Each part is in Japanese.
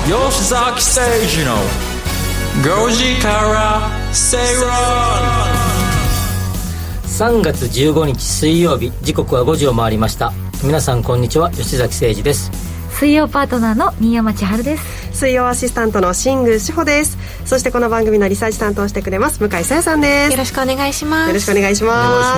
吉崎誠二の5時から正論。 3月15日水曜日、時刻は5時を回りました。皆さんこんにちは、吉崎誠二です。 水曜パートナーの新山千春です。 水曜アシスタントの新宮志保です。そしてこの番組のリサーチ担当してくれます向井沙耶さんです。 よろしくお願いします。 よろしくお願いします。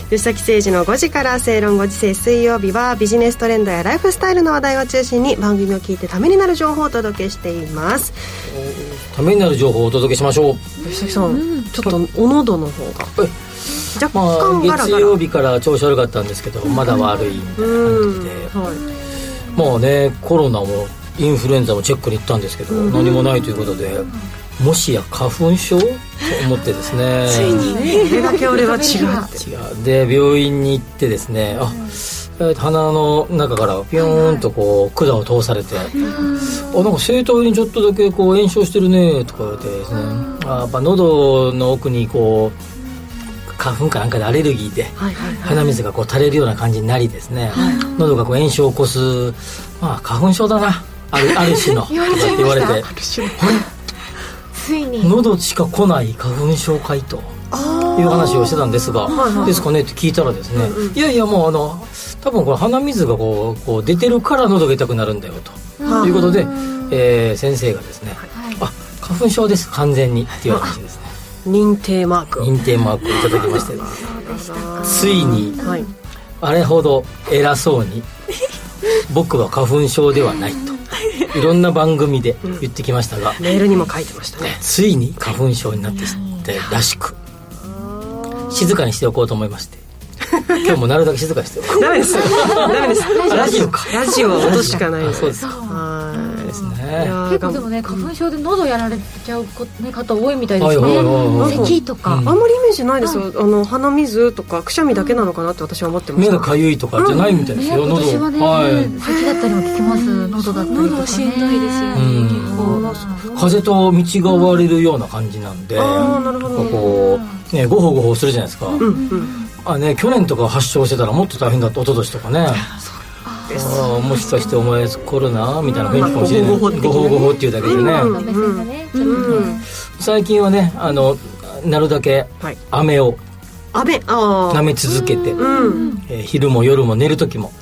吉崎誠二の5時から正論5時制水曜日はビジネストレンドやライフスタイルの話題を中心に番組を聞いてためになる情報をお届けしています。 ためになる情報をお届けしましょう。 吉崎さん、ちょっとお喉の方が若干ガラガラ、 月曜日から調子悪かったんですけど、まだ悪いみたいな感じで、まあね、コロナもインフルエンザもチェックに行ったんですけど、何もないということで、もしや花粉症と思ってですねついにね、これだけ俺は違うで病院に行ってですね、鼻の中からピョーンとこう管を通されて、なんか声帯にちょっとだけこう炎症してるねとか言われてですね、やっぱ喉の奥にこう花粉かなんかでアレルギーで鼻水がこう垂れるような感じになりですね、喉がこう炎症を起こす、まあ花粉症だな、ある種の言われて、 ついに喉しか来ない花粉症かいという話をしてたんですが、ですかねって聞いたらですね、いやいやもう多分これ鼻水がこう出てるから喉が痛くなるんだよということで、先生がですね、花粉症です完全にっていう話ですね。 認定マークをいただきまして、ついに、あれほど偉そうに僕は花粉症ではないといろんな番組で言ってきましたが、 メールにも書いてましたね。 ついに花粉症になってらしく、静かにしておこうと思いまして、今日もなるだけ静かにしておこう。 ダメですラジオか、 ラジオは音しかない。 そうですか。ですね。 結構でもね、花粉症で喉やられちゃう方多いみたいですね。咳とか、 あんまりイメージないですよ。鼻水とかくしゃみだけなのかなって私は思ってました。 目がかゆいとかじゃないみたいですよ。 私はね、咳だったりも聞きます。喉だったりとかね。喉しんどいですよね。 風と道が追われるような感じなんで、こうね、ゴホゴホするじゃないですか。去年とか発症してたらもっと大変だった。一昨年とかね。もしかしてお前コロナみたいな雰囲気かもしれない。ゴホゴホっていうだけでね。最近はね、なるだけ飴を舐め続けて、昼も夜も寝る時も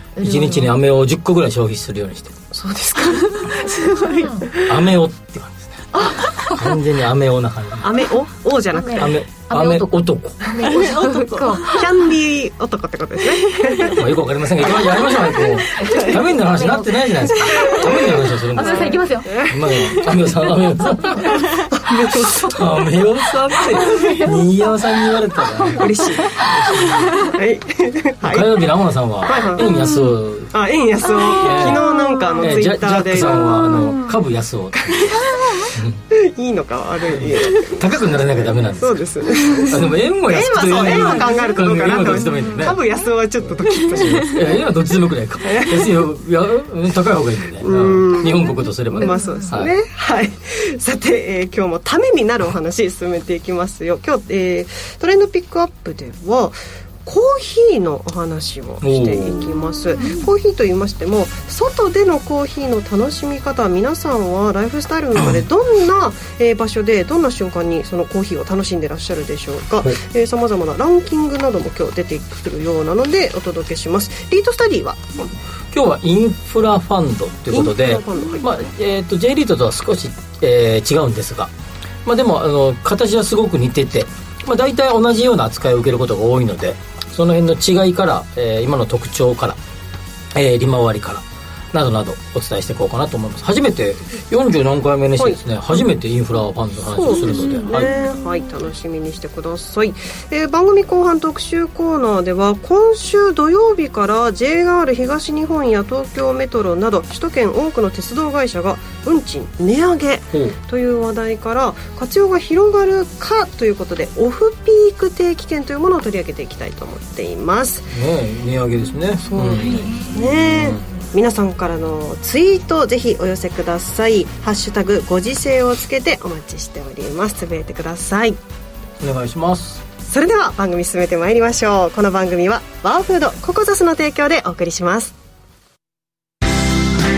1日に飴を10個ぐらい消費するようにして。 そうですか。すごい。 飴をって感じですね。完全に飴をな感じ。 飴をじゃなくて飴男。キャンディー男ってことですね。 よくわかりませんが、やりましょう。ためになる話になってないじゃないですか。ためになる話をするんです。 飴さんいきますよ。 飴尾さんって新山さんに言われたら嬉しい。 火曜日の天野さんは円安を、 円安を昨日なんかツイッターで、 ジャックさんは株安をいいのか悪い、 高くならなきゃダメなんです。 そうですね。 でも円も安くて、 円は考えるとどうかなと思って、株安はちょっとドキッとします。 円はどっちでもくらいか。安い高い方がいいんでね。日本国とすればね。 まあそうですね。はい。さて、今日もためになるお話進めていきますよ。今日、トレンドピックアップではコーヒーのお話をしていきます。コーヒーと言いましても、外でのコーヒーの楽しみ方、皆さんはライフスタイルの中でどんな場所でどんな瞬間にそのコーヒーを楽しんでらっしゃるでしょうか。さまざまなランキングなども今日出てくるようなのでお届けします。リートスタディは今日はインフラファンドということで、J リートとは少し、違うんですが、でも形はすごく似てて、大体同じような扱いを受けることが多いので、その辺の違いから、今の特徴から、利回りからなどなどお伝えしていこうかなと思います。初めて40何回目にしてですね、初めてインフラファンドの話をするので、 楽しみにしてください。番組後半特集コーナーでは、今週土曜日から JR 東日本や東京メトロなど首都圏多くの鉄道会社が運賃値上げという話題から活用が広がるかということで、オフピーク定期券というものを取り上げていきたいと思っています値上げですね。 そうですね。皆さんからのツイートぜひお寄せください。ハッシュタグご時世をつけてお待ちしております。つぶやいてください。 お願いします。 それでは番組進めてまいりましょう。この番組はワーフードココザスの提供でお送りします。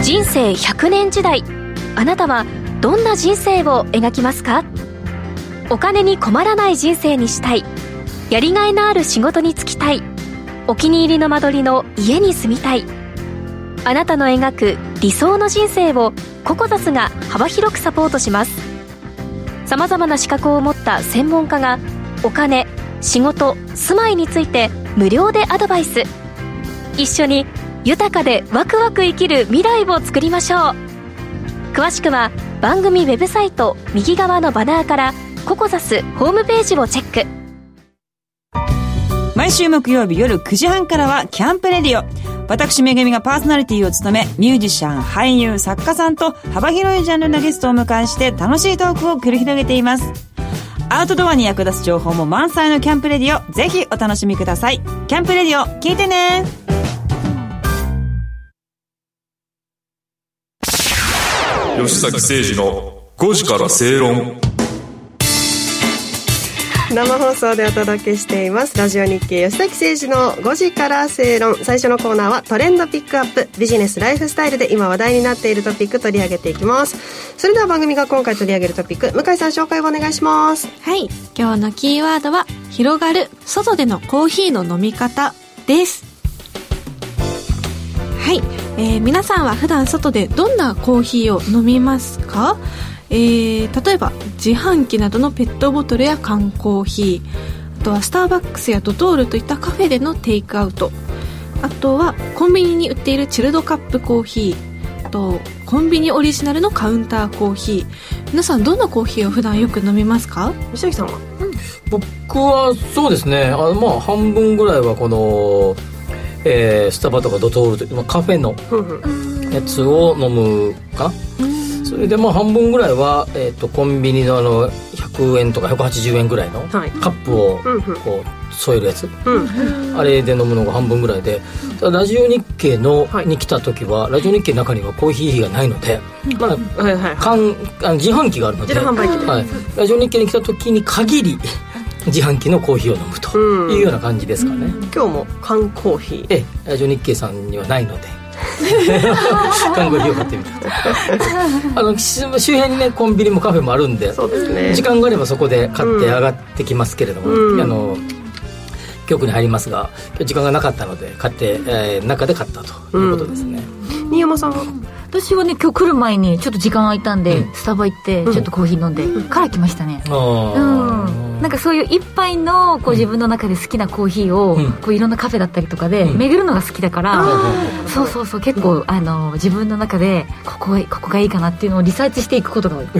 人生100年時代、あなたはどんな人生を描きますか？お金に困らない人生にしたい、やりがいのある仕事に就きたい、お気に入りの間取りの家に住みたい。あなたの描く理想の人生をココザスが幅広くサポートします。さまざまな資格を持った専門家がお金、仕事、住まいについて無料でアドバイス。一緒に豊かでワクワク生きる未来を作りましょう。詳しくは番組ウェブサイト右側のバナーからココザスホームページをチェック。 毎週木曜日夜9時半からはキャンプレディオ。私めぐみがパーソナリティを務め、ミュージシャン、俳優、作家さんと幅広いジャンルのゲストを迎えして楽しいトークを繰り広げています。アウトドアに役立つ情報も満載のキャンプレディオ、ぜひお楽しみください。キャンプレディオ聞いてね。 吉崎誠二の5時から正論。 生放送でお届けしていますラジオ日経吉崎誠二の5時から正論。最初のコーナーはトレンドピックアップ。ビジネスライフスタイルで今話題になっているトピック取り上げていきます。それでは番組が今回取り上げるトピック、向井さん紹介をお願いします。 はい、今日のキーワードは広がる外でのコーヒーの飲み方です。はい、皆さんは普段外でどんなコーヒーを飲みますか？例えば自販機などのペットボトルや缶コーヒー、あとはスターバックスやドトールといったカフェでのテイクアウト、あとはコンビニに売っているチルドカップコーヒー、あとコンビニオリジナルのカウンターコーヒー。皆さんどんなコーヒーを普段よく飲みますか？ 吉崎さんは？ 僕はそうですね、半分ぐらいはこの、スタバとかドトールというカフェのやつを飲むかな。それで半分ぐらいは、コンビニの100円とか180円ぐらいのカップをこう添えるやつ、あれで飲むのが半分ぐらいで、ラジオ日経に来た時はラジオ日経の中にはコーヒーがないので、自販機があるので、ラジオ日経に来た時に限り自販機のコーヒーを飲むというような感じですかね。 今日も缶コーヒー、 ラジオ日経さんにはないので看護費を買ってみた周辺にねコンビニもカフェもあるんで、 そうですね、 時間があればそこで買って上がってきますけれども、局に入りますが時間がなかったので買って、中で買ったということですね。 新山さんは？ 私はね今日来る前にちょっと時間空いたんで、スタバ行ってちょっとコーヒー飲んでから来ましたね。なんかそういう一杯のこう自分の中で好きなコーヒーをこういろんなカフェだったりとかで巡るのが好きだから、そう結構自分の中でここがいいかなっていうのをリサーチしていくことが多い。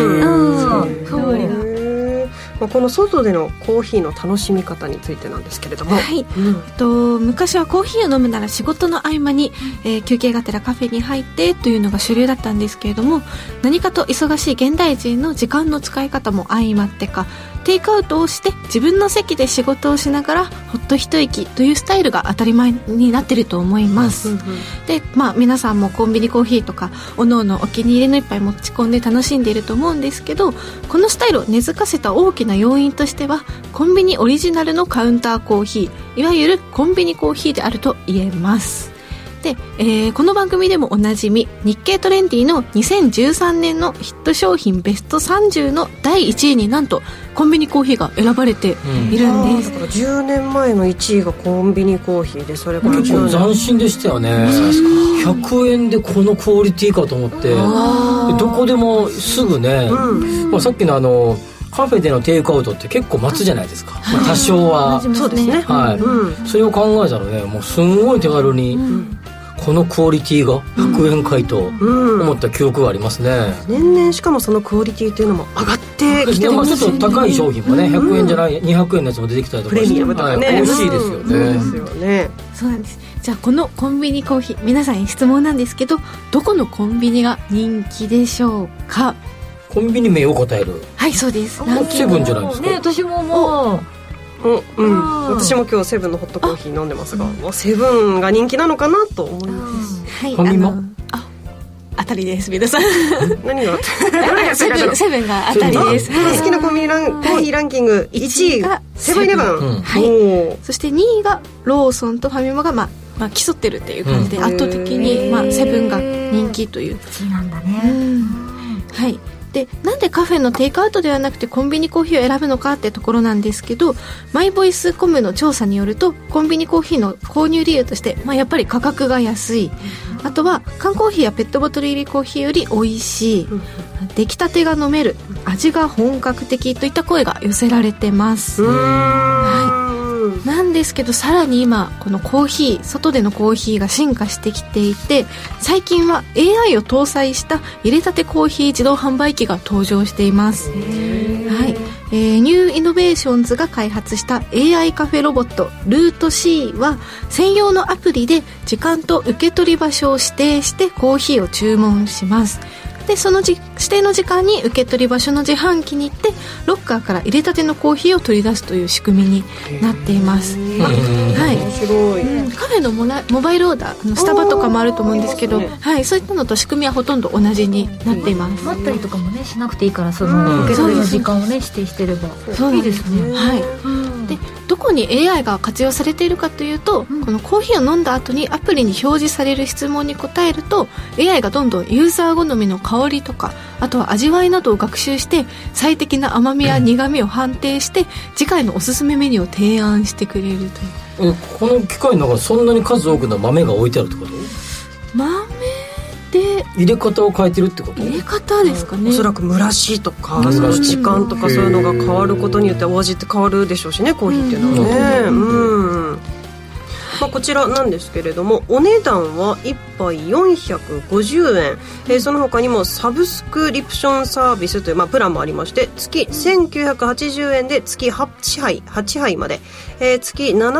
この外でのコーヒーの楽しみ方についてなんですけれども、 昔はコーヒーを飲むなら仕事の合間に、休憩がてらカフェに入ってというのが主流だったんですけれども、何かと忙しい現代人の時間の使い方も相まってかテイクアウトをして自分の席で仕事をしながらほっと一息というスタイルが当たり前になっていると思います。で、皆さんもコンビニコーヒーとかおのおのお気に入りの一杯持ち込んで楽しんでいると思うんですけど、このスタイルを根付かせた大きな要因としてはコンビニオリジナルのカウンターコーヒー、いわゆるコンビニコーヒーであると言えます。で、この番組でもおなじみ日経トレンディの2013年のヒット商品ベスト30の第1位になんとコンビニコーヒーが選ばれているんです。 だから10年前の1位がコンビニコーヒーで、それから結構斬新でしたよね。100円でこのクオリティかと思って、どこでもすぐね、さっきのカフェでのテイクアウトって結構待つじゃないですか、多少は。 そうですね、 それを考えたらね、もうすんごい手軽に、このクオリティが100円かいと思った記憶がありますね。 年々しかもそのクオリティっていうのも上がってきてますし、 ちょっと高い商品もね、100円じゃない200円のやつも出てきたりとかして、 プレミアムとかね、 美味しいですよね。 そうなんです。じゃあこのコンビニコーヒー、皆さんに質問なんですけど、どこのコンビニが人気でしょうか？ コンビニ名を答える。 はい、そうです。 セブンじゃないですか？ 私ももう私も今日セブンのホットコーヒー飲んでますが、セブンが人気なのかなと思います。 はい、 ファミマ当たりです、皆さん。 何がセブンが当たりです。 好きなコンビニコーヒーランキング1位がセブンイレブン、 そして2位がローソンとファミマが競ってるっていう感じで、圧倒的に、セブンが人気という。 そうなんだね、 はい。で、なんでカフェのテイクアウトではなくてコンビニコーヒーを選ぶのかってところなんですけど、マイボイスコムの調査によると、コンビニコーヒーの購入理由として、やっぱり価格が安い、あとは缶コーヒーやペットボトル入りコーヒーより美味しい、出来たてが飲める、味が本格的といった声が寄せられてます。なんですけど、さらに今このコーヒー、外でのコーヒーが進化してきていて、最近は AI を搭載した入れたてコーヒー自動販売機が登場しています。はい。ニューイノベーションズが開発した AI カフェロボットルート C は、専用のアプリで時間と受け取り場所を指定してコーヒーを注文します。で、その指定の時間に受け取り場所の自販機に行って、ロッカーから入れたてのコーヒーを取り出すという仕組みになっています。はい、面白い。カフェのモバイルオーダー、スタバとかもあると思うんですけど、はい、そういったのと仕組みはほとんど同じになっています。 待ったりとかもねしなくていいから、その受け取りの時間をね指定してればいいですね。 はい。で、どこに AI が活用されているかというと、このコーヒーを飲んだ後にアプリに表示される質問に答えると、 AI がどんどんユーザー好みの香りとか、あとは味わいなどを学習して、最適な甘みや苦みを判定して、次回のおすすめメニューを提案してくれるという。 この機械の中にそんなに数多くの豆が置いてあるってこと？ 豆で入れ方を変えてるってこと？ 入れ方ですかね。 おそらく蒸らしとか、その時間とかそういうのが変わることによってお味って変わるでしょうしね、コーヒーっていうのはね。こちらなんですけれども、お値段は1杯450円、その他にもサブスクリプションサービスという、プランもありまして、月1980円で月8杯まで、月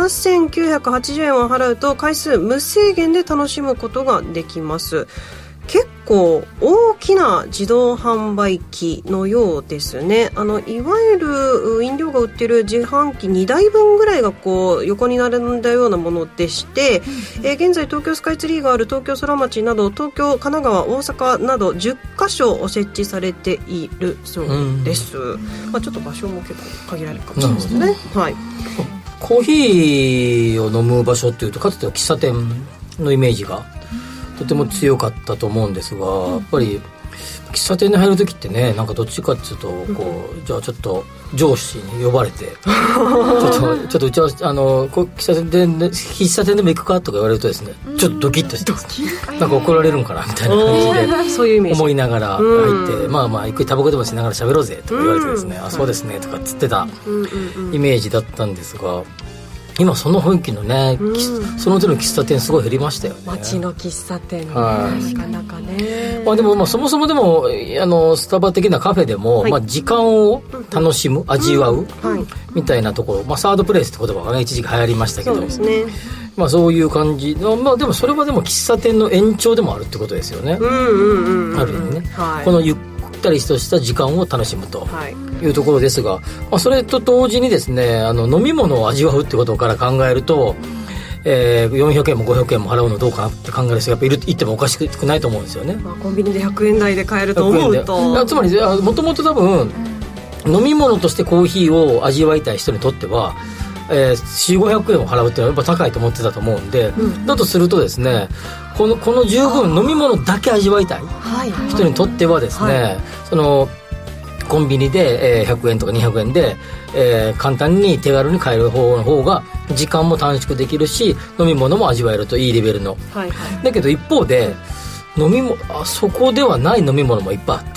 7980円を払うと回数無制限で楽しむことができます。結構大きな自動販売機のようですね。いわゆる飲料が売っている自販機2台分ぐらいがこう横に並んだようなものでして、現在東京スカイツリーがある東京ソラマチなど、東京、神奈川、大阪など10カ所設置されているそうです。ちょっと場所も結構限られるかもしれないですね。はい。 コーヒーを飲む場所っていうと、かつては喫茶店のイメージがとても強かったと思うんですが、やっぱり喫茶店に入るときってね、なんかどっちかっていうとじゃあちょっと上司に呼ばれてちょっとうちは喫茶店でも行くかとか言われるとですね、ちょっとドキッとしてなんか怒られるんかなみたいな感じでそういうイメージ思いながら入って、ゆっくりタバコでもしながら喋ろうぜとか言われてですね、あ、そうですねとかつってたイメージだったんですが、今その雰囲気のね、その手の喫茶店すごい減りましたよね。 街の喫茶店、なかなかね。 でもそもそもでもスタバ的なカフェでも、時間を楽しむ、味わう、みたいなところ、サードプレイスって言葉がね一時期流行りましたけど、そうですね。そういう感じの、でもそれはでも喫茶店の延長でもあるってことですよね。ある意味ね、このゆったりとした時間を楽しむというところですが、それと同時にですね、飲み物を味わうってことから考えると、400円も500円も払うのどうかなって考える人がやっぱり行ってもおかしくないと思うんですよね。 コンビニで100円台で買えると思うと、 つまりもともと多分飲み物としてコーヒーを味わいたい人にとっては、4、500円を払うっていうのはやっぱ高いと思ってたと思うんで、だとするとですね、この十分飲み物だけ味わいたい人にとってはですね、そのコンビニで100円とか200円で簡単に手軽に買える方の方が時間も短縮できるし、飲み物も味わえるといいレベルの、だけど一方でそこではない飲み物もいっぱいあって、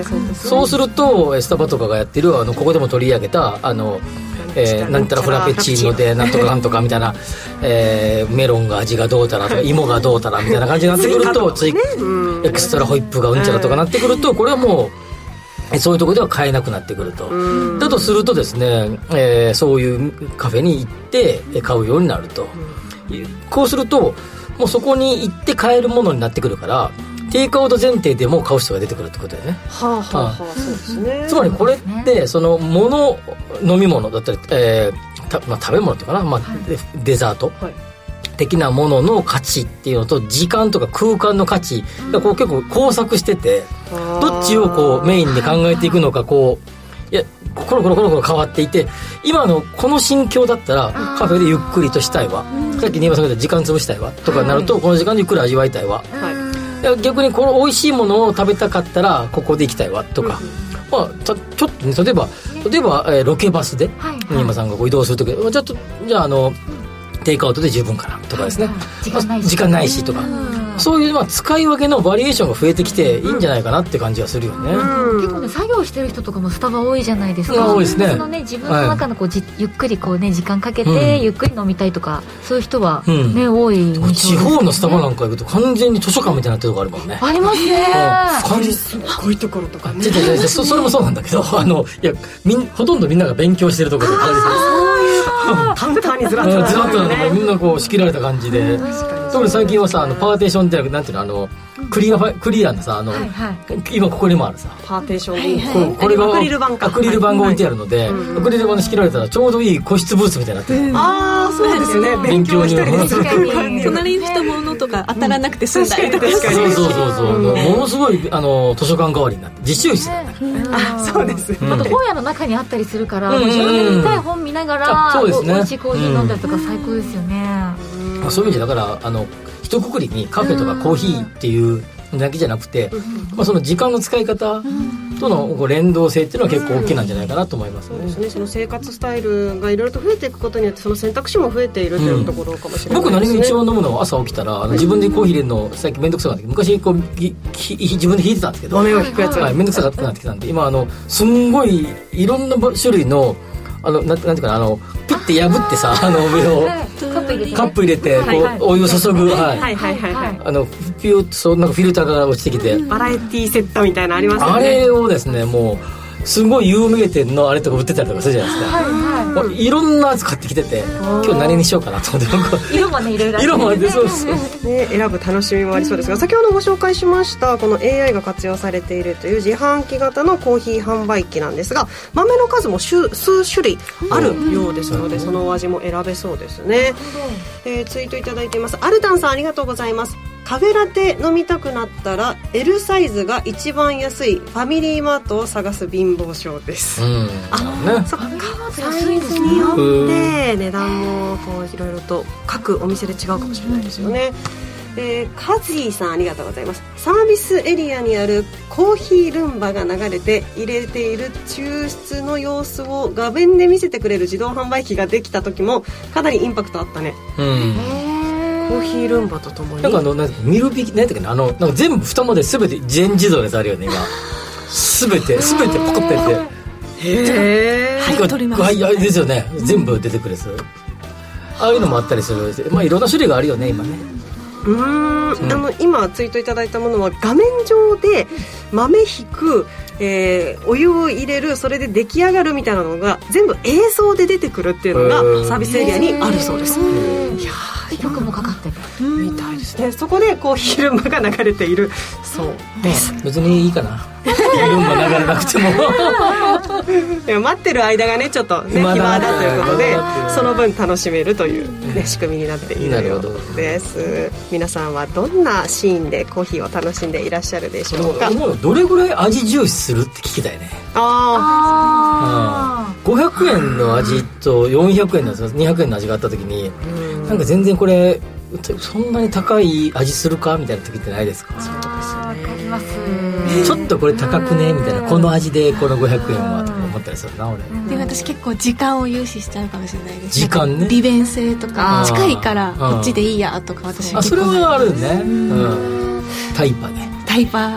そうするとスタバとかがやってるここでも取り上げたなんたらフラペチーノでなんとかなんとかみたいな、メロンが味がどうたらとか芋がどうたらみたいな感じになってくるとエクストラホイップがうんちゃらとかなってくると、これはもうそういうところでは買えなくなってくると。だとするとですね、そういうカフェに行って買うようになると。こうするともうそこに行って買えるものになってくるから、テイクアウト前提でも買う人が出てくるってことだよね。 そうですね。 つまりこれってその飲み物だったり、食べ物とかな、デザート的なものの価値っていうのと、時間とか空間の価値が結構交錯してて、どっちをメインで考えていくのか、 コロコロ変わっていて、今のこの心境だったらカフェでゆっくりとしたいわ、さっき新山さんが言った時間潰したいわとかになると、この時間でゆっくり味わいたいわ、逆にこの美味しいものを食べたかったらここで行きたいわとか、ちょっとね、例えば、ロケバスで新山さんがこう移動するとき、ちょっとじゃあテイクアウトで十分かなとかですね、時間ないしとか、そういう使い分けのバリエーションが増えてきていいんじゃないかなって感じがするよね。 結構ね、作業してる人とかもスタバ多いじゃないですか。 多いですね。 そのね、自分の中のゆっくりこうね、時間かけてゆっくり飲みたいとか、そういう人はね、多い。 地方のスタバなんか行くと完全に図書館みたいになってるとこあるもんね。 ありますね。 すごいところとかね。 それもそうなんだけど、いやほとんどみんなが勉強してるところで、 カウンターにずらっとみんなこう仕切られた感じで、特に最近はさ、パーテーションってなんていうの、クリアなさ、今ここにもあるさパーテーション、 これがアクリル板が置いてあるので、アクリル板で仕切られたらちょうどいい個室ブースみたいになってる。 ああ、そうですね。勉強したりでする隣にしたものとか当たらなくて済んだりとか。 そうものすごい図書館代わりになって実習室だね。 そうです。 あと本屋の中にあったりするから、自分で見たい本見ながら美味しいコーヒー飲んだりとか最高ですよね。 そういう意味でだから一括りにカフェとかコーヒーっていうだけじゃなくて、その時間の使い方との連動性っていうのは結構大きなんじゃないかなと思いますね。 その生活スタイルがいろいろと増えていくことによって、その選択肢も増えているというところかもしれないですね。 僕何に一番飲むのは朝起きたら自分でコーヒー入れるの最近めんどくさくなって、昔こう自分で引いてたんですけど、 豆を引くやつがめんどくさくなってきたんで、今すんごいいろんな種類のなんていうかな、ピッて破ってさ、上をカップ入れてこうお湯を注ぐ、ピューッとなんかフィルターが落ちてきて、 バラエティセットみたいなのありますよね。 あれをですね、もうすごい有名店のあれとか売ってたりとかするじゃないですか。いろんなやつ買ってきてて、今日何にしようかなと思って、 色もね、いろいろ色もで、そうね、選ぶ楽しみもありそうですが、先ほどご紹介しましたこの AI が活用されているという自販機型のコーヒー販売機なんですが、豆の数も数種類あるようですので、そのお味も選べそうですね。ツイートいただいています。アルタンさん、ありがとうございます。カフェラテ飲みたくなったら L サイズが一番安いファミリーマートを探す貧乏症です。そっか、サイズによって値段もいろいろと各お店で違うかもしれないですよね。カジーさん、ありがとうございます。サービスエリアにあるコーヒールンバが流れて入れている抽出の様子を画面で見せてくれる自動販売機ができた時もかなりインパクトあったね。コーヒールンバとともになんかミルビキなんていうかな、なんか全部蓋まで全て全自動のやつあるよね今。全てポコってやって。 はい、取ります。 はい、ですよね。全部出てくるやつ。ああいうのもあったりする。いろんな種類があるよね今ね。 今ツイートいただいたものは画面上で豆引く、お湯を入れる、それで出来上がるみたいなのが全部映像で出てくるっていうのがサービスエリアにあるそうです。いや曲もかかってるみたいですね。そこでコーヒールンバが流れているそうです。 別にいいかな。ルンバ流れなくてもでも待ってる間がねちょっとね暇だということで、その分楽しめるという、ね、仕組みになっているようです。皆さんはどんなシーンでコーヒーを楽しんでいらっしゃるでしょうか。 どれぐらい味重視するって聞きたいね。500円の味と400円の200円の味があった時に、なんか全然これそんなに高い味するかみたいな時ってないですか。 そうですね、わかります。 ちょっとこれ高くねみたいな、この味でこの500円はとか思ったりするな俺。 で、私結構時間を重視しちゃうかもしれないです。 時間ね、 利便性とか近いからこっちでいいやとか、私それはあるね。タイパね。 タイパ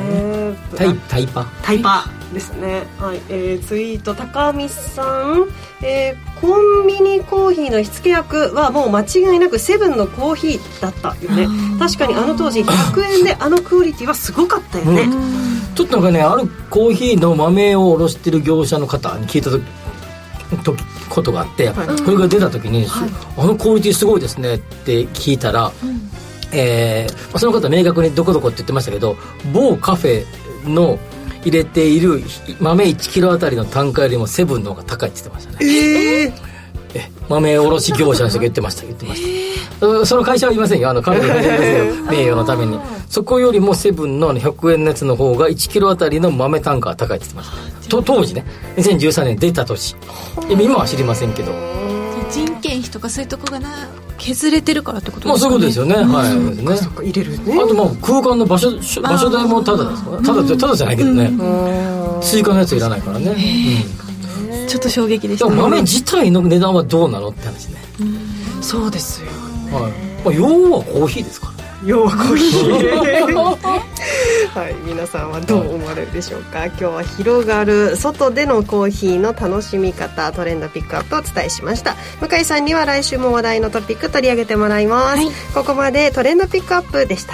ですね。はい、ツイート高見さん、コンビニコーヒーの火付け役はもう間違いなくセブンのコーヒーだったよね。確かに当時100円でクオリティはすごかったよね。 ちょっとなんかね、あるコーヒーの豆を卸してる業者の方に聞いたことがあって、これが出た時に、クオリティすごいですねって聞いたら、その方明確にどこどこって言ってましたけど、某カフェの入れている豆1キロあたりの単価よりもセブンの方が高いって言ってましたね。豆卸業者の人が言ってました。 その会社は言いませんよ、カンパニーは言いませんよ、名誉のために。そこよりもセブンの100円のやつの方が1キロあたりの豆単価が高いって言ってました。当時ね、2013年出た年。今は知りませんけど。 人件費とかそういうとこが削れてるからってことですかね。そういうことですよね。はい。ね。 そっか、入れるね。 あと空間の場所代もタダですから。タダじゃないけどね。追加のやついらないからね。 ちょっと衝撃でした。 豆自体の値段はどうなのって話ね。 そうですよ。 はい。要はコーヒーですから。 要はコーヒーはい、皆さんはどう思われるでしょうか。今日は広がる外でのコーヒーの楽しみ方、トレンドピックアップをお伝えしました。向井さんには来週も話題のトピック取り上げてもらいます、はい、ここまでトレンドピックアップでした。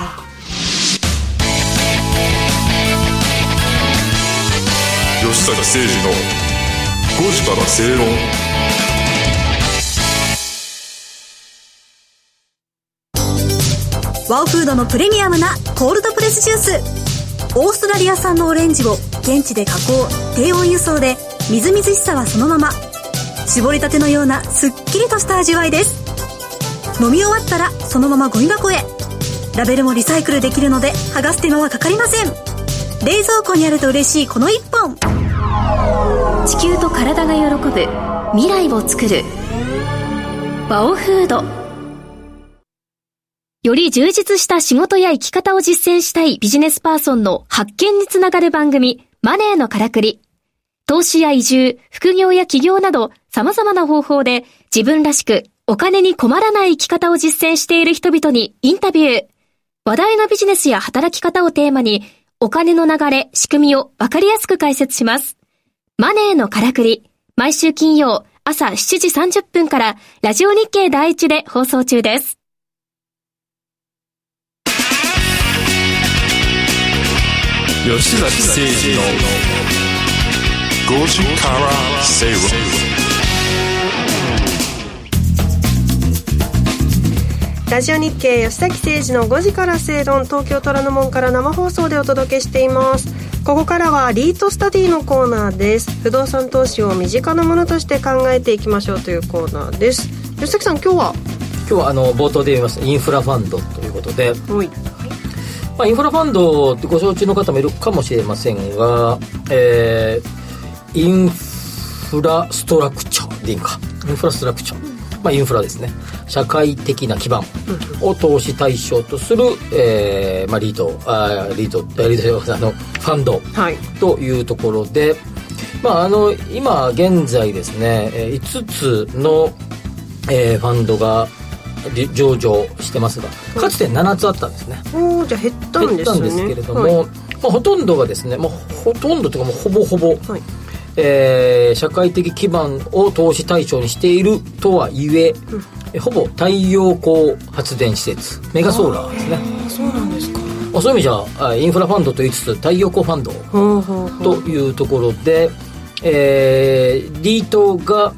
吉崎誠二の5時から正論。 ワオフードのプレミアムなコールドプレスジュース。オーストラリア産のオレンジを現地で加工、低温輸送でみずみずしさはそのまま。絞りたてのようなすっきりとした味わいです。飲み終わったらそのままゴミ箱へ。ラベルもリサイクルできるので剥がす手間はかかりません。冷蔵庫にあると嬉しいこの一本。 地球と体が喜ぶ未来を作るワオフード。より充実した仕事や生き方を実践したいビジネスパーソンの発見につながる番組、マネーのからくり。投資や移住、副業や起業など様々な方法で自分らしくお金に困らない生き方を実践している人々にインタビュー。話題のビジネスや働き方をテーマにお金の流れ、仕組みをわかりやすく解説します。マネーのからくり。毎週金曜朝7時30分からラジオ日経第一で放送中です。 吉崎誠二の5時から正論。 ラジオ日経吉崎誠二の5時から正論、東京虎ノ門から生放送でお届けしています。ここからはリートスタディのコーナーです。不動産投資を身近なものとして考えていきましょうというコーナーです。吉崎さん、今日は冒頭で言いますインフラファンドということで、インフラファンドってご承知の方もいるかもしれませんが、インフラストラクチャーでいいか、インフラストラクチャー、インフラですね、社会的な基盤を投資対象とする、リートファンドというところで、今現在ですね、5つの、ファンドが上場してますが、かつて7つあったんですね。 じゃあ減ったんですね。 減ったんですけれども、ほとんどがですね、ほとんどというかもうほぼほぼ、社会的基盤を投資対象にしているとはいえ、ほぼ太陽光発電施設、メガソーラーですね。 そうなんですか。 そういう意味じゃインフラファンドと言いつつ太陽光ファンドというところで、リートが、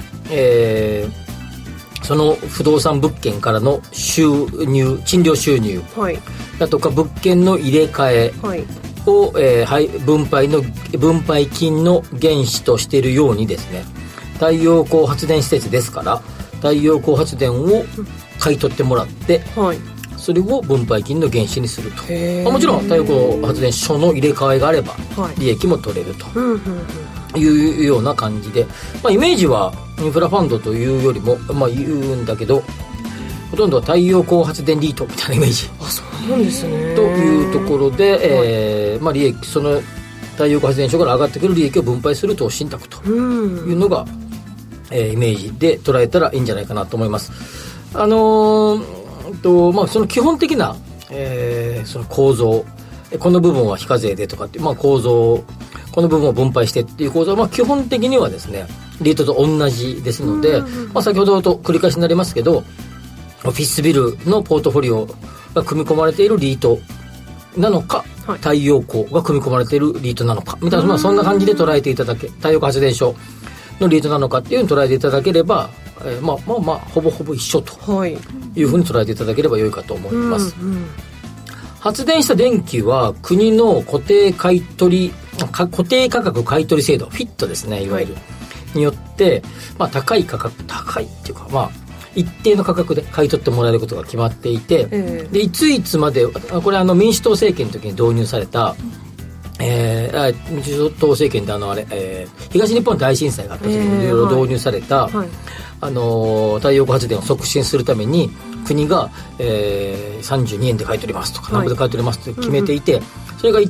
その不動産物件からの収入、賃料収入だとか物件の入れ替えを、分配金の原資としているようにですね、太陽光発電施設ですから太陽光発電を買い取ってもらって、それを分配金の原資にすると。もちろん太陽光発電所の入れ替えがあれば利益も取れるというような感じで、イメージはインフラファンドというよりも、言うんだけどほとんどは太陽光発電リートみたいなイメージ。 そうなんですね。 というところで、利益、その太陽光発電所から上がってくる利益を分配する投資信託というのが、イメージで捉えたらいいんじゃないかなと思います。その基本的な、その構造、この部分は非課税でとかって、構造、この部分を分配してっていう構造は、基本的にはですねリートと同じですので、先ほどと繰り返しになりますけど、オフィスビルのポートフォリオが組み込まれているリートなのか、太陽光が組み込まれているリートなのかみたいな、そんな感じで捉えていただけ、太陽光発電所のリートなのかっていうのを捉えていただければ、ほぼほぼ一緒というふうに捉えていただければ良いかと思います。発電した電気は国の固定価格買取制度、フィットですね、いわゆる、によって、高いっていうか、 一定の価格で買い取ってもらえることが決まっていて、でいついつまで、これ民主党政権の時に導入された、民主党政権で東日本大震災があった時にいろいろ導入された、太陽光発電を促進するために国が、32円で買い取りますとか、何ぼで買い取りますと決めていて、それが、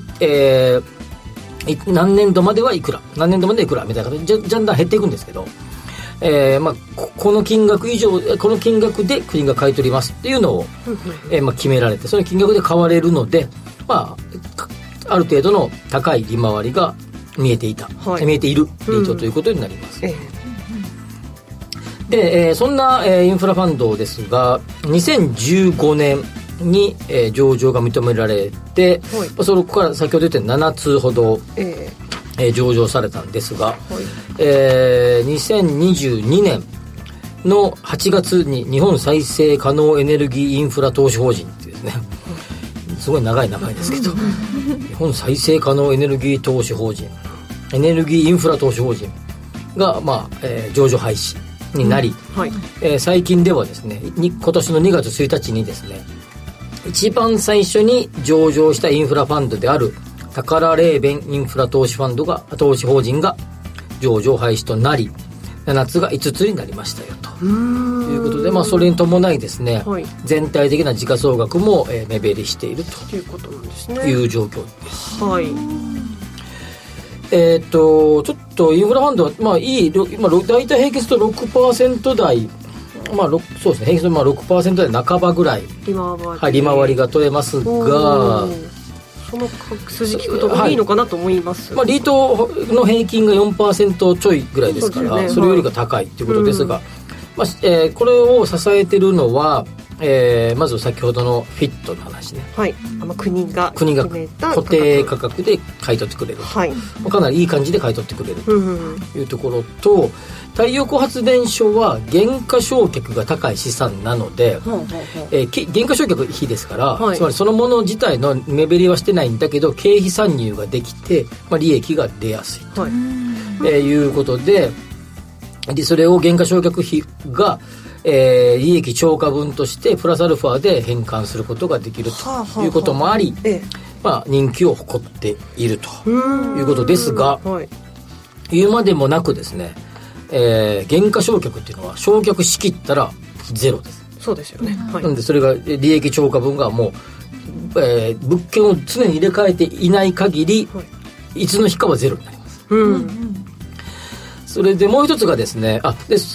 何年度まではいくら、何年度までいくらみたいな形でだんだん減っていくんですけど、この金額以上、この金額で国が買い取りますっていうのを、決められて、その金額で買われるので、ある程度の高い利回りが見えているリートということになります。で、そんな、インフラファンドですが、2015年に、上場が認められて、そこから先ほど言った7つほど、上場されたんですが、2022年の8月に日本再生可能エネルギーインフラ投資法人っていうですね、すごい長い名前ですけど日本再生可能エネルギー投資法人、エネルギーインフラ投資法人が、上場廃止になり、最近ではですね、今年の2月1日にですね、一番最初に上場したインフラファンドであるタカラレーベンインフラ投資法人が上場廃止となり、7つが5つになりましたよということで、それに伴いですね、全体的な時価総額も、目減りしているということなんですね、いう状況です。ちょっとインフラファンドは、大体平均すると 6% 台、そうですね、平均すると6% 台半ばぐらい利回りが取れますが、 その数字聞くといいのかなと思います。 リートの平均が 4% ちょいぐらいですから、それよりが高いということですが、これを支えているのは、まず先ほどのフィットの話ね、 国が決めた固定価格で買い取ってくれると、かなりいい感じで買い取ってくれるというところと、太陽光発電所は減価償却が高い資産なので、減価償却費ですから、つまりそのもの自体の目減りはしてないんだけど経費参入ができて、利益が出やすいと、いうことで、それを減価償却費が利益超過分としてプラスアルファで変換することができるということもあり、人気を誇っているということですが、言うまでもなくですね、減価償却っていうのは償却しきったらゼロです。 そうですよね、 なんでそれが利益超過分がもう、物件を常に入れ替えていない限り、いつの日かはゼロになります。それでもう一つがですね、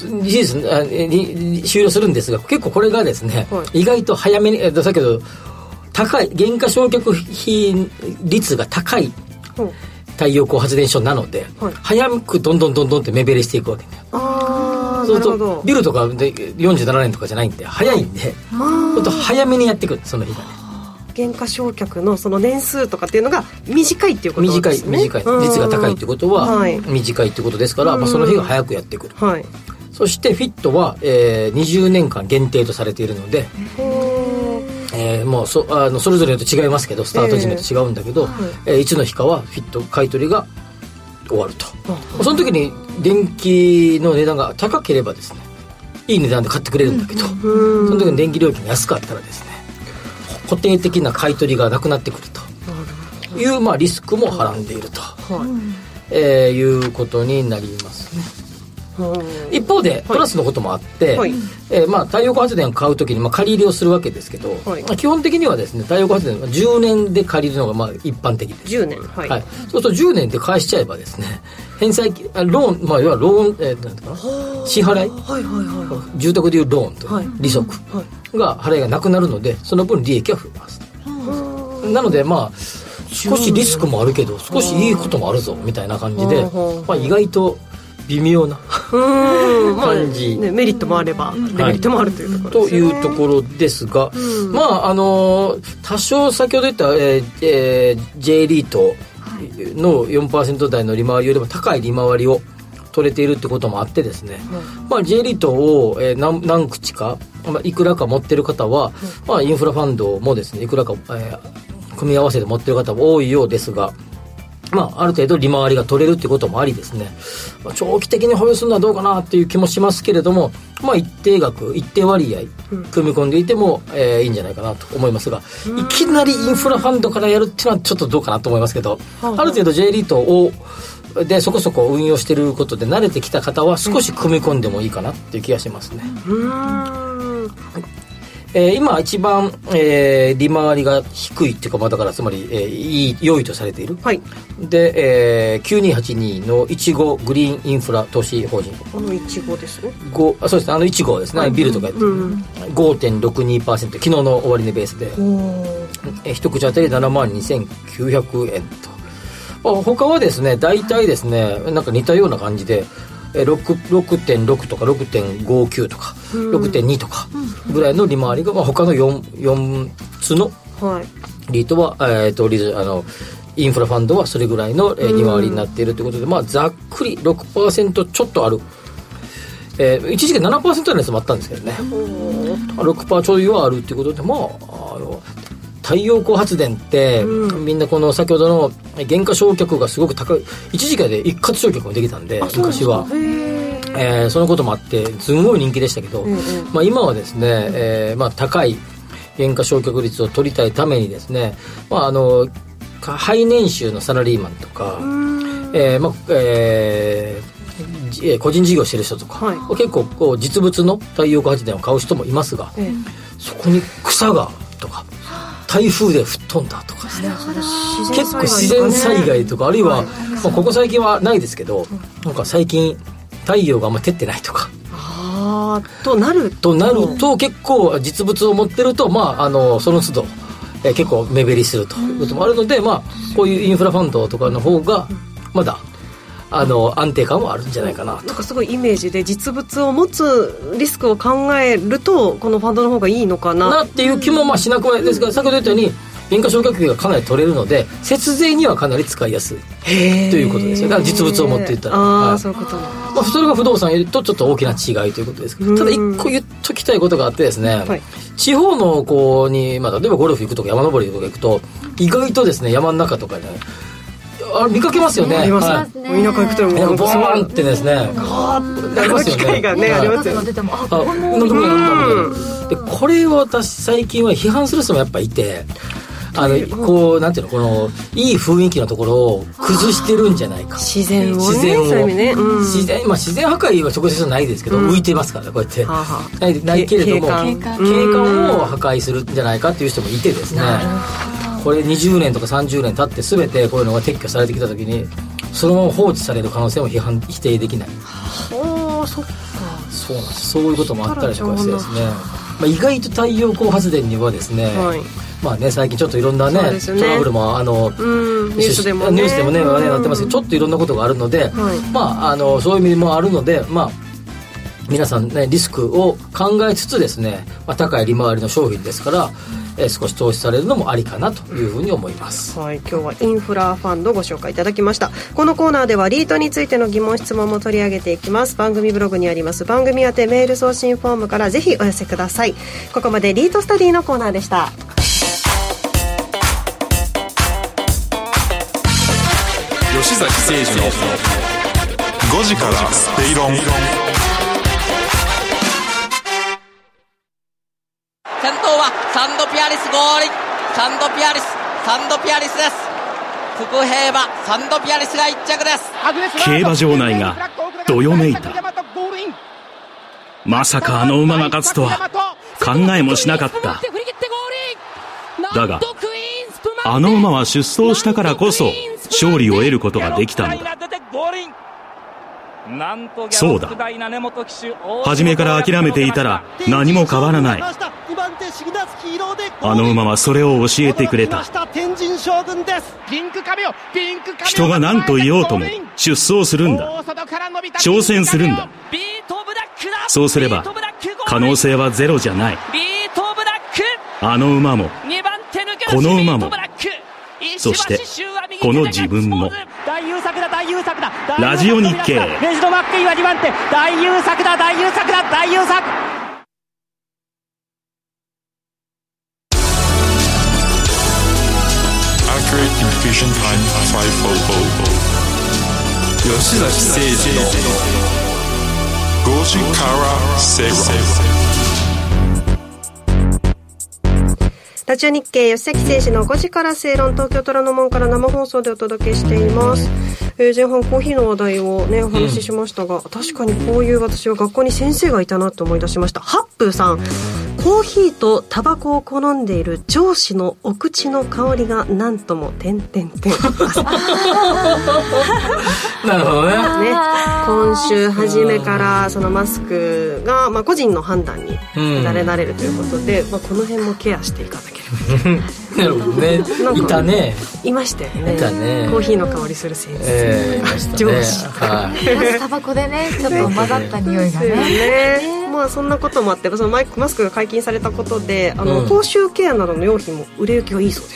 終了するんですが、結構これがですね、意外と早めに、さっきの高い減価償却費率が高い太陽光発電所なので、早くどんどんって目減りしていくわけね。そうするとビルとかで47年とかじゃないんで早いんで、早めにやってくる、その日がね。 減価償却のその年数とかっていうのが短いっていうことですね。 短い率が高いってことは短いってことですから、その日が早くやってくる。そしてフィットは、20年間限定とされているので、もうそれぞれと違いますけど、スタート時点と違うんだけど、いつの日かはフィット買い取りが終わると。その時に電気の値段が高ければですね、いい値段で買ってくれるんだけど、その時に電気料金が安かったらですね、固定的な買い取りがなくなってくるという、リスクもはらんでいると、いうことになりますね。一方でプラスのこともあって、太陽光発電を買うときに借り入れをするわけですけど、基本的にはですね、太陽光発電は10年で借りるのが一般的です。 10年、 そうすると10年で返しちゃえばですね、返済ローン、要はローン、なんていうかな、支払い、住宅でいうローンと利息が払いがなくなるので、その分利益は増えます。なので少しリスクもあるけど少しいいこともあるぞみたいな感じで、意外と微妙な感じ、 メリットもあればデメリットもあるというところですね。 というところですが、多少先ほど言った、J リートの 4% 台の利回りよりも高い利回りを取れているってこともあってですね、J リートを、何口か、いくらか持ってる方は、インフラファンドもですね、いくらか、組み合わせて持ってる方も多いようですが、 ある程度利回りが取れるってこともありですね、長期的に保有するのはどうかなっていう気もしますけれども、一定額一定割合組み込んでいても、いいんじゃないかなと思いますが、いきなりインフラファンドからやるっていうのはちょっとどうかなと思いますけど、ある程度 J リートをでそこそこ運用していることで慣れてきた方は少し組み込んでもいいかなっていう気がしますね。今一番、利回りが低いっていうか、だからつまり、良いとされている、はい、で、9282のいちごグリーンインフラ投資法人、 いちごですね、 そうですね、いちごですね、ビルとかやってる、5.62% 昨日の終値ベースで、一口当たり72,900円と、他はですね大体ですねなんか似たような感じで6.6 とか 6.59 とか、6.2 とかぐらいの利回りが、他の 4つのリートは、インフラファンドはそれぐらいの利回りになっているということで、ざっくり 6% ちょっとある、一時期 7% のやつもあったんですけどね、6% ちょいはあるということで、太陽光発電って、みんなこの先ほどの減価償却がすごく高い、一時期で一括償却もできたんで、昔はそのこともあってすごい人気でしたけど、今はですね、高い減価償却率を取りたいためにですね、ハイ年収のサラリーマンとか、個人事業してる人とか、結構こう実物の太陽光発電を買う人もいますが、そこに草がとか台風で吹っ飛んだとかですね、結構自然災害とか、あるいは、ここ最近はないですけど、なんか最近太陽があんまり照ってないとか、 となると結構実物を持ってると、その都度、結構目減りするということもあるので、こういうインフラファンドとかの方がまだ安定感はあるんじゃないかなと。 なんかすごいイメージで、実物を持つリスクを考えるとこのファンドの方がいいのかなっていう気もしなくはないですが、先ほど言ったように減価償却費がかなり取れるので、節税にはかなり使いやすいということですよ。だから実物を持っていったら、 そういうことなそれが不動産よりとちょっと大きな違いということですけど、ただ一個言っときたいことがあってですね、地方の子に、例えばゴルフ行くとか山登りとか行くと、意外とですね山の中とかね見かけますよね。 ありますね。田舎行くともボーンってですね、 ありますよね。機会がね、ありますよね。 でこれを私最近は批判する人もやっぱいて、こうなんていうの、このいい雰囲気のところを崩してるんじゃないか。 自然をね、 自然破壊は直接ないですけど、浮いてますからね、こうやってないけれども景観を破壊するんじゃないかっていう人もいてですね、これ20年とか30年経って全てこういうのが撤去されてきた時に、そのまま放置される可能性も否定できない。 そっか。 そうなんです。そういうこともあったりとかしてですね、意外と太陽光発電にはですね、最近ちょっといろんなねトラブルもニュースでもね話題になってますけど、ちょっといろんなことがあるので、そういう意味もあるので、皆さんねリスクを考えつつですね、高い利回りの商品ですから、少し投資されるのもありかなというふうに思います。 今日はインフラファンドご紹介いただきました。このコーナーではリートについての疑問質問も取り上げていきます。番組ブログにあります番組宛てメール送信フォームからぜひお寄せください。ここまでリートスタディのコーナーでした。 吉崎誠二の5時からスペイロン。 先頭はサンドピアリス合輪、サンドピアリスです。福平はサンドピアリスが1着です。 競馬場内がどよめいた。まさかあの馬が勝つとは考えもしなかった。だがあの馬は出走したからこそ勝利を得ることができたんだ。そうだ、初めから諦めていたら何も変わらない。あの馬はそれを教えてくれた。人が何と言おうとも出走するんだ、挑戦するんだ。そうすれば可能性はゼロじゃない。あの馬もこの馬も、そしてこの自分も。ラジオ日経。 レジドマッケイは2番手、大優作だ。 Accurate Infusion Time 500吉崎誠二の5時から正論。 ラジオ日経吉崎誠二の5時から正論、東京虎ノ門から生放送でお届けしています。前半コーヒーの話題をねお話ししましたが、確かにこういう私は学校に先生がいたなと思い出しました。ハップーさん、コーヒーとタバコを好んでいる上司のお口の香りがなんとも点々点なるほど ね。 今週初めからそのマスクが、個人の判断に委ねられるということで、この辺もケアしていかなければなるほどね。いたね。 いましたよね。 いたね。 コーヒーの香りする先生、 いましたね。 上司、 タバコでねちょっと混ざった匂いがね。 そんなこともあってそのマスクが解禁されたことで口臭ケアなどの用品も売れ行きがいいそうです。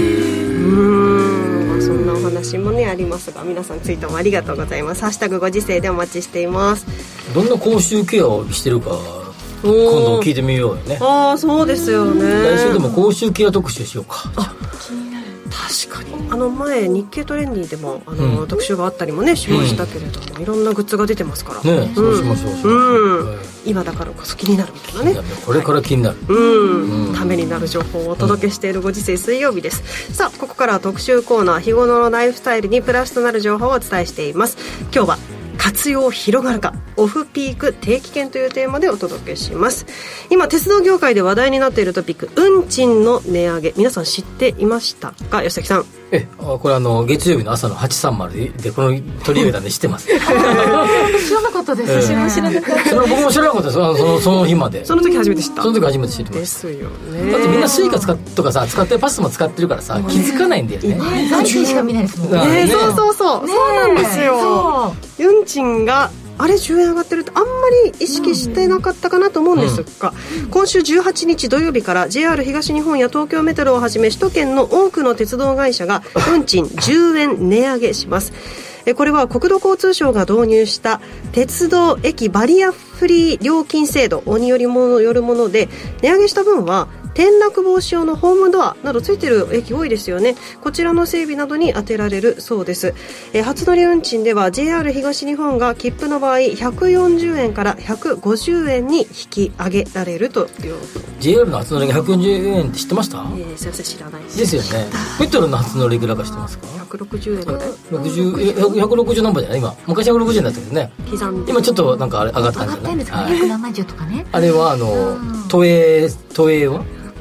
そんなお話もねありますが、皆さんツイートもありがとうございます。ハッシュタグご時世でお待ちしています。 どんな口臭ケアをしてるか今度聞いてみようよね。 そうですよね。 来週でも口臭ケア特集しようか。 確かに前日経トレンディでも特集があったりもねしましたけれども、いろんなグッズが出てますからね。 そうしましょう。 今だからこそ気になるみたいなね。 これから気になる、 ためになる情報をお届けしているご時世水曜日です。さあここからは特集コーナー、日頃のライフスタイルにプラスとなる情報をお伝えしています。今日は活用広がるか、オフピーク定期券というテーマでお届けします。今鉄道業界で話題になっているトピック、運賃の値上げ、皆さん知っていましたか？吉崎さん。 これ月曜日の朝の830でこの取り上げたんで知ってます知らなかったです。知らなかった。 僕も知らなかったです。その日まで。 その時初めて知った。 その時初めて知ってます。 ですよね。 だってみんなスイカとかさ使ってパスも使ってるからさ気づかないんだよね。 残金しか見ないですもんね。 そうなんですよ。運賃が10円上がってるってあんまり意識してなかったかなと思うんですが、今週18日土曜日から JR 東日本や東京メトロをはじめ首都圏の多くの鉄道会社が運賃10円値上げします。これは国土交通省が導入した鉄道駅バリアフリー料金制度によるもので、値上げした分は転落防止用のホームドアなどついてる駅多いですよね。こちらの整備などに充てられるそうです。初乗り運賃では JR 東日本が切符の場合140円から150円に引き上げられるという。 JR の初乗りが140円って知ってました？ 先生知らないですよね。メトロの初乗りいくらか知ってますか ？160円ぐらい。 160何本じゃない今。昔160円だったけどね。今ちょっとなんか上がったんですよね。 上がってるんですかね。170とかね。 あれは都営は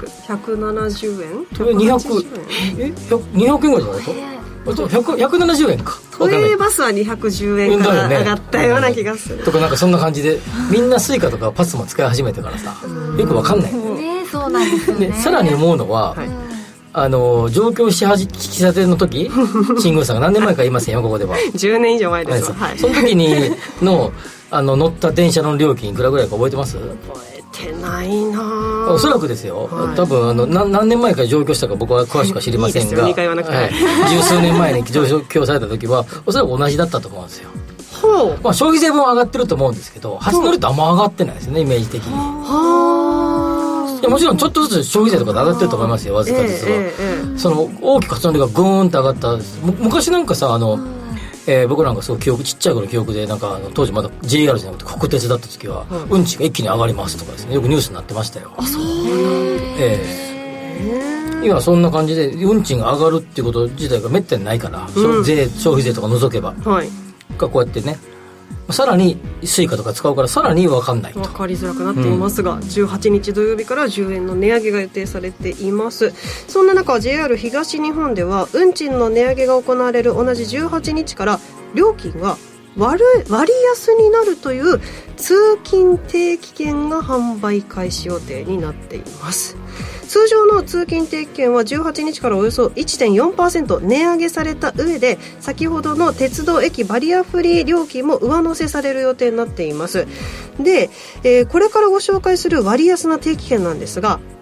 170円 200円ぐらいじゃないと170円か。 都営バスは210円から上がったような気がする、 とかなんかそんな感じで、みんなスイカとかパスも使い始めてからさよくわかんないね。そうなんですよね。 でさらに思うのは、上京し始めたての時新宮さんが何年前か言いませんよここでは 10年以上前ですよ、 その時に乗った電車の料金いくらぐらいか覚えてます？ 覚えてないな。 おそらくですよ、多分何年前か上京したか僕は詳しくは知りませんが、 2回言わなくて、 十数年前に上京された時はおそらく同じだったと思うんですよ。消費税分上がってると思うんですけど、初乗りってあんま上がってないですね、イメージ的に。いやもちろんちょっとずつ消費税とかで上がってると思いますよ、わずかですが、その大きく初乗りがグーンと上がった。昔なんかさ僕なんかすごいちっちゃい頃の記憶で当時まだ JR じゃなくて国鉄だった時は、運賃が一気に上がりますとかですね、よくニュースになってましたよ。 そうなんだ。 今そんな感じで運賃が上がるっていうこと自体がめったにないから、消費税とか除けば、こうやってね、さらにスイカとか使うからさらに分かんないと、 分かりづらくなっていますが、18日土曜日から10円の値上げが予定されています。そんな中 JR 東日本では運賃の値上げが行われる同じ18日から料金が割安になるという通勤定期券が販売開始予定になっています。通常の通勤定期券は18日からおよそ 1.4% 値上げされた上で、先ほどの鉄道駅バリアフリー料金も上乗せされる予定になっています。で、これからご紹介する割安な定期券なんですが、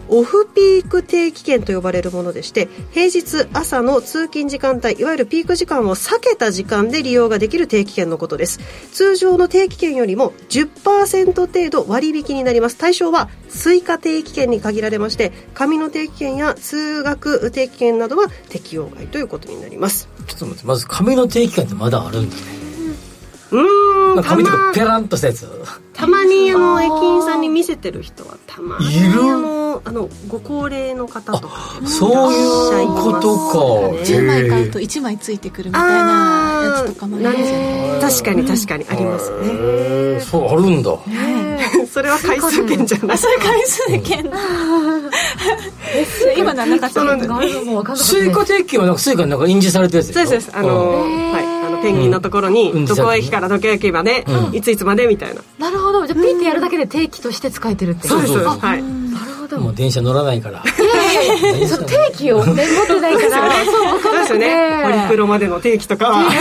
オフピーク定期券と呼ばれるものでして、平日朝の通勤時間帯、いわゆるピーク時間を避けた時間で利用ができる定期券のことです。通常の定期券よりも 10% 程度割引になります。対象はスイカ定期券に限られまして、紙の定期券や通学定期券などは適用外ということになります。 ちょっと待って、まず紙の定期券ってまだあるんだね。紙とかペランとしたやつ、 たまに駅員さんに見せてる人はたまにいる。 ご高齢の方とか、 そういうことか。 10枚買うと1枚ついてくるみたいなやつとかもありますよね。 確かに確かにありますね。 そうあるんだ。 それは回数券じゃない。 それ回数券今のはなかった。 スイカ定期はなんかスイカになんか印字されたやつです。そうです。ペンギンのところにどこ駅からどこ駅まで、いついつまでみたいな。 なるほど。じゃあピッてやるだけで定期として使えてるって。 そうです。はい。 なるほど。 もう電車乗らないから。 その定期を持ってないから。 そうですよね。ホリプロまでの定期とかは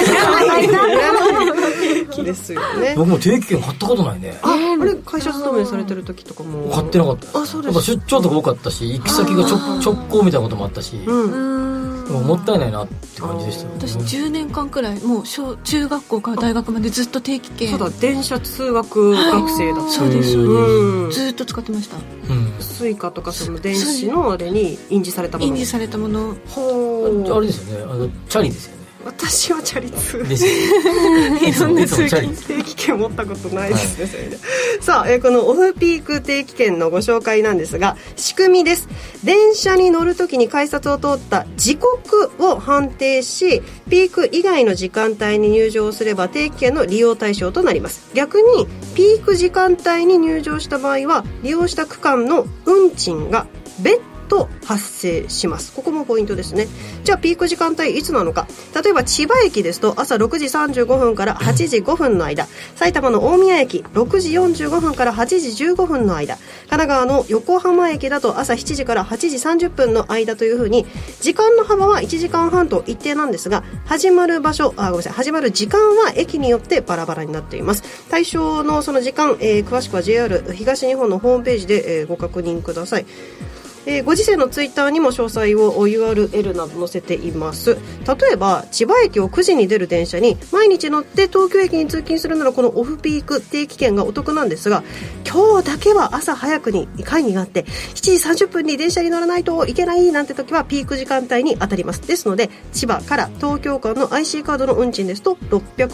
ですよね。 僕も定期券買ったことないね。 あれ会社勤めされてる時とかも買ってなかった。 あ、そうです。 出張とか多かったし、行き先が直行みたいなこともあったし、もったいないなって感じでした。 私10年間くらいもう中学校から大学までずっと定期券。 そうだ、電車通学学生だった。 そうですそうです。ずっと使ってました。 スイカとかその電子のあれに印字されたもの。 印字されたもの。 あれですよね。チャリですよね。 私はチャリ通ですいろんな通勤定期券持ったことないですね、はい、さあ、このオフピーク定期券のご紹介なんですが、仕組みです。電車に乗るときに改札を通った時刻を判定し、ピーク以外の時間帯に入場すれば定期券の利用対象となります。逆にピーク時間帯に入場した場合は利用した区間の運賃が別と発生します。ここもポイントですね。じゃあピーク時間帯いつなのか。例えば千葉駅ですと朝6時35分から8時5分の間、埼玉の大宮駅6時45分から8時15分の間、神奈川の横浜駅だと朝7時から8時30分の間というふうに、時間の幅は1時間半と一定なんですが、始まる時間は駅によってバラバラになっています。対象のその時間、詳しくは JR 東日本のホームページで、ご確認ください。ご時世のツイッターにも詳細を URL など載せています。例えば千葉駅を9時に出る電車に毎日乗って東京駅に通勤するならこのオフピーク定期券がお得なんですが、今日だけは朝早くに会議があって7時30分に電車に乗らないといけないなんて時はピーク時間帯に当たります。ですので千葉から東京間の IC カードの運賃ですと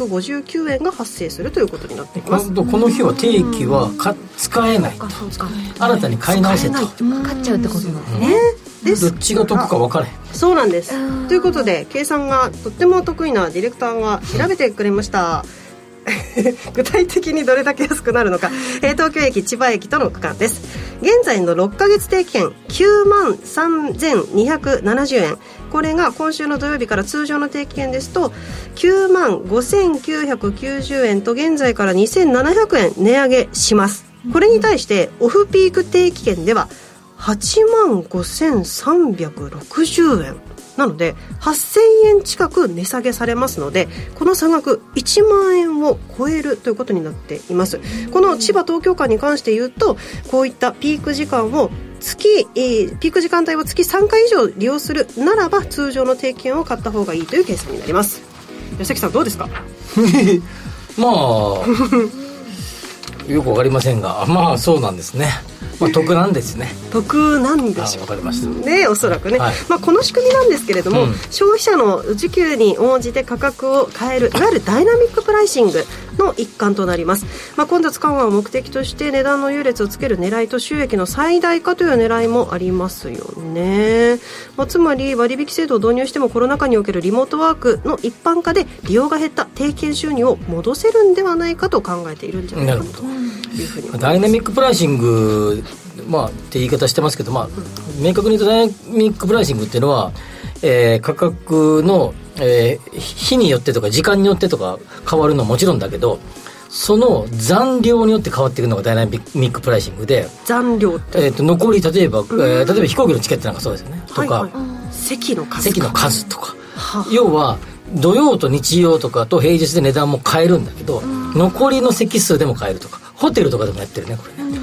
659円が発生するということになっています。 この日は定期は使えないと、新たに買い直せと買っちゃうってことなんですね。どっちが得か分からへん。 そうなんです。ということで計算がとっても得意なディレクターが調べてくれました。具体的にどれだけ安くなるのか、東京駅千葉駅との区間です。現在の6ヶ月定期券93,270円、これが今週の土曜日から通常の定期券ですと95,990円と現在から2,700円値上げします。これに対してオフピーク定期券では85,360円なので8,000円近く値下げされますので、この差額1万円を超えるということになっています。この千葉東京間に関して言うと、こういったピーク時間をピーク時間帯を月3回以上利用するならば通常の定期券を買った方がいいという計算になります。吉崎さんどうですか？ まあよくわかりませんが、まあそうなんですね。得なんですね。 得なんでしょう。 わかりましたね、おそらくね、はい。この仕組みなんですけれども、消費者の需給に応じて価格を変えるいわゆるダイナミックプライシングの一環となります。混雑緩和を目的として値段の優劣をつける狙いと収益の最大化という狙いもありますよね。つまり割引制度を導入してもコロナ禍におけるリモートワークの一般化で利用が減った定期券収入を戻せるんではないかと考えているんじゃないかというふうに。 ダイナミックプライシングって言い方してますけど、明確に言うとダイナミックプライシングっていうのは、価格の、日によってとか時間によってとか変わるのはもちろんだけど、その残量によって変わっていくのがダイナミックプライシングで、 残量って、 残り例えば飛行機のチケットなんかそうですよね、とか、 席の数とか、要は土曜と日曜とかと平日で値段も変えるんだけど、残りの席数でも変えるとか、ホテルとかでもやってるね、これね。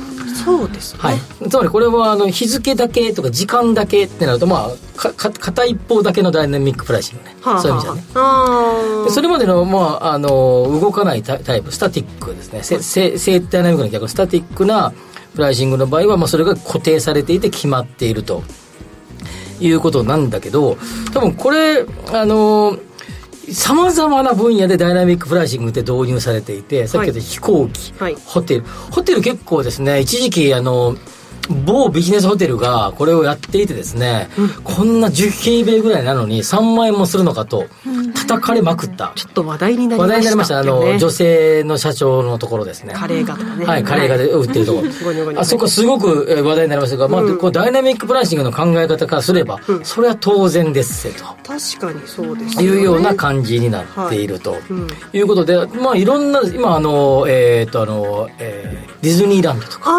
そうですね、 はい、つまりこれは日付だけとか時間だけってなると、まあ、片一方だけのダイナミックプライシングね、そういう意味じゃね。でそれまでの、まあ、動かないタイプスタティックですね、正ダイナミックの逆スタティックなプライシングの場合は、まあ、それが固定されていて決まっているということなんだけど、多分これさまざまな分野でダイナミックプライシングって導入されていて、さっき言った飛行機、はい、ホテル結構ですね、一時期某ビジネスホテルがこれをやっていてですね、こんな10平米ぐらいなのに3万円もするのかと叩かれまくった、 ちょっと話題になりました、 話題になりました、女性の社長のところですね、 カレーガとかね、 はい、カレーガで売ってるところあそこすごく話題になりましたが、まあ、こうダイナミックプライシングの考え方からすれば、それは当然ですせと、 確かにそうです、ね、 いうような感じになっていると、いうことで、まあいろんな今ディズニーランドとか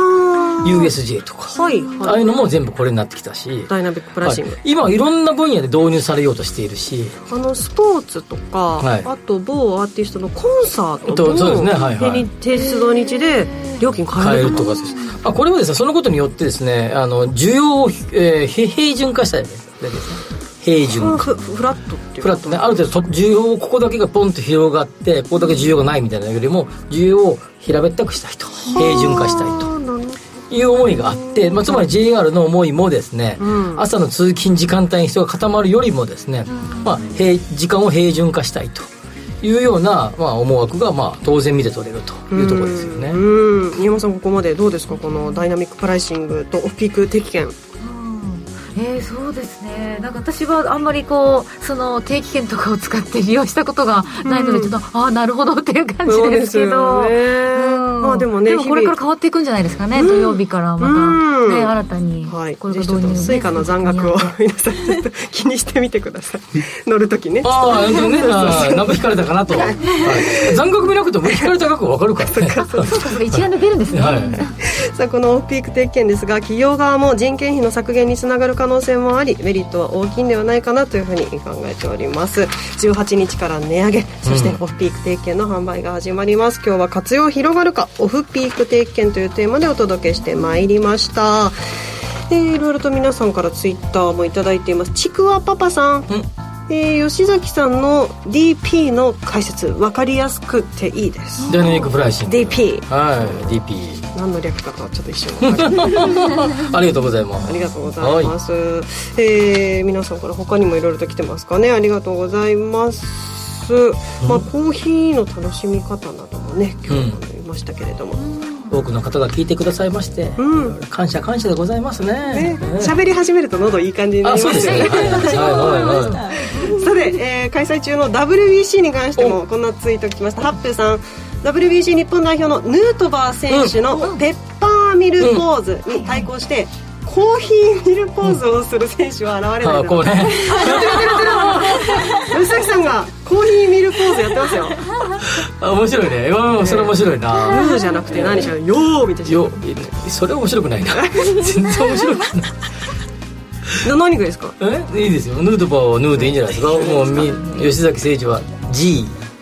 USJ とか、はいはい、ああいうのも全部これになってきたし、 ダイナミックプライシング、 はい、今いろんな分野で導入されようとしているし、 スポーツとか、はい、あと某アーティストのコンサートもそうですね、はいはい、 平日土日で料金変えるとか、 これはですね、そのことによってですね、需要を、平準化したいですね、平準化、 フラットっていうフラットね、ある程度需要をここだけがポンと広がってここだけ需要がないみたいなよりも需要を平べったくしたいと、平準化したいという思いがあって、まあ、つまり JR の思いもですね、朝の通勤時間帯に人が固まるよりもですね、まあ、時間を平準化したいというような、まあ、思惑が、まあ、当然見て取れるというところですよね。 新山さん、ここまでどうですか、このダイナミックプライシングとオフピーク定期券。 そうですね、なんか私はあんまりその定期券とかを使って利用したことがないので、ちょっとなるほどっていう感じですけど、でもこれから変わっていくんじゃないですかね、土曜日からまた、ね、新たにこれが導入、 スイカの残額を皆さんちょっと気にしてみてください乗るときね、 何分引かれたかなと、残額見なくても引かれた額分かるからね一覧で出るんですね、 さあこのオフピーク定期券ですが、企業側も人件費の削減につながる可能性もあり、メリットは大きいんではないかなというふうに考えております。18日から値上げ、そしてオフピーク定期券の販売が始まります。今日は活用広がるかオフピーク定期券というテーマでお届けしてまいりました。いろいろと皆さんからツイッターもいただいています。ちくわパパさん、吉崎さんの DP の解説分かりやすくていいです。 ダイナミックプライシング DP、 はい、DP 何の略かとはちょっと一瞬分かりありがとうございます。 ありがとうございます、皆さんから他にもいろいろと来てますかね。ありがとうございます。まあ、コーヒーの楽しみ方などもね、今日も言いましたけれども、 多くの方が聞いてくださいまして、感謝でございますね。 喋り始めると喉いい感じになりますよね。さて、開催中の WBC に関してもこんなツイート来ました。ハップーさん、WBC 日本代表のヌートバー選手のペッパーミルポーズに対抗して、コーヒーミルポーズをする選手は現れない。 こうね、 吉崎さんがコーヒーミルポーズやってますよ。 面白いね。それ面白いな。 ヌーじゃなくて何しろヨーみたいな。 それ面白くないな。全然面白くない。 何がですか？ いいですよ。ヌートバーはヌーでいいんじゃないですか。もう吉崎誠二は G。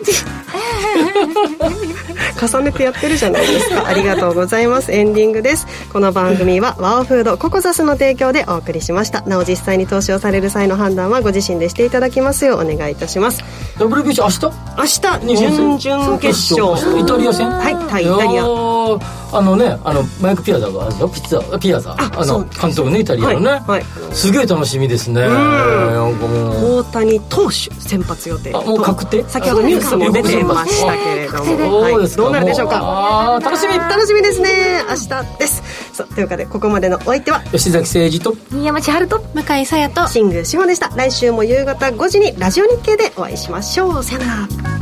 重ねてやってるじゃないですか。ありがとうございます。エンディングです。この番組はワオフードココザスの提供でお送りしました。なお実際に投資をされる際の判断はご自身でしていただきますようお願いいたします。 WBC 明日準々決勝イタリア戦、 はい、対イタリア。 マイク・ピアザがピアザ監督ね、イタリアのね、すげえ楽しみですね。 大谷投手先発予定、 もう確定、 先ほどニュースも出てましたけれども、どうなるでしょうか。楽しみですね。明日です。というわけでここまでのお相手は吉崎誠二と新山千春と向井沙耶と新宮志保でした。来週も夕方5時にラジオ日経でお会いしましょう。さよなら。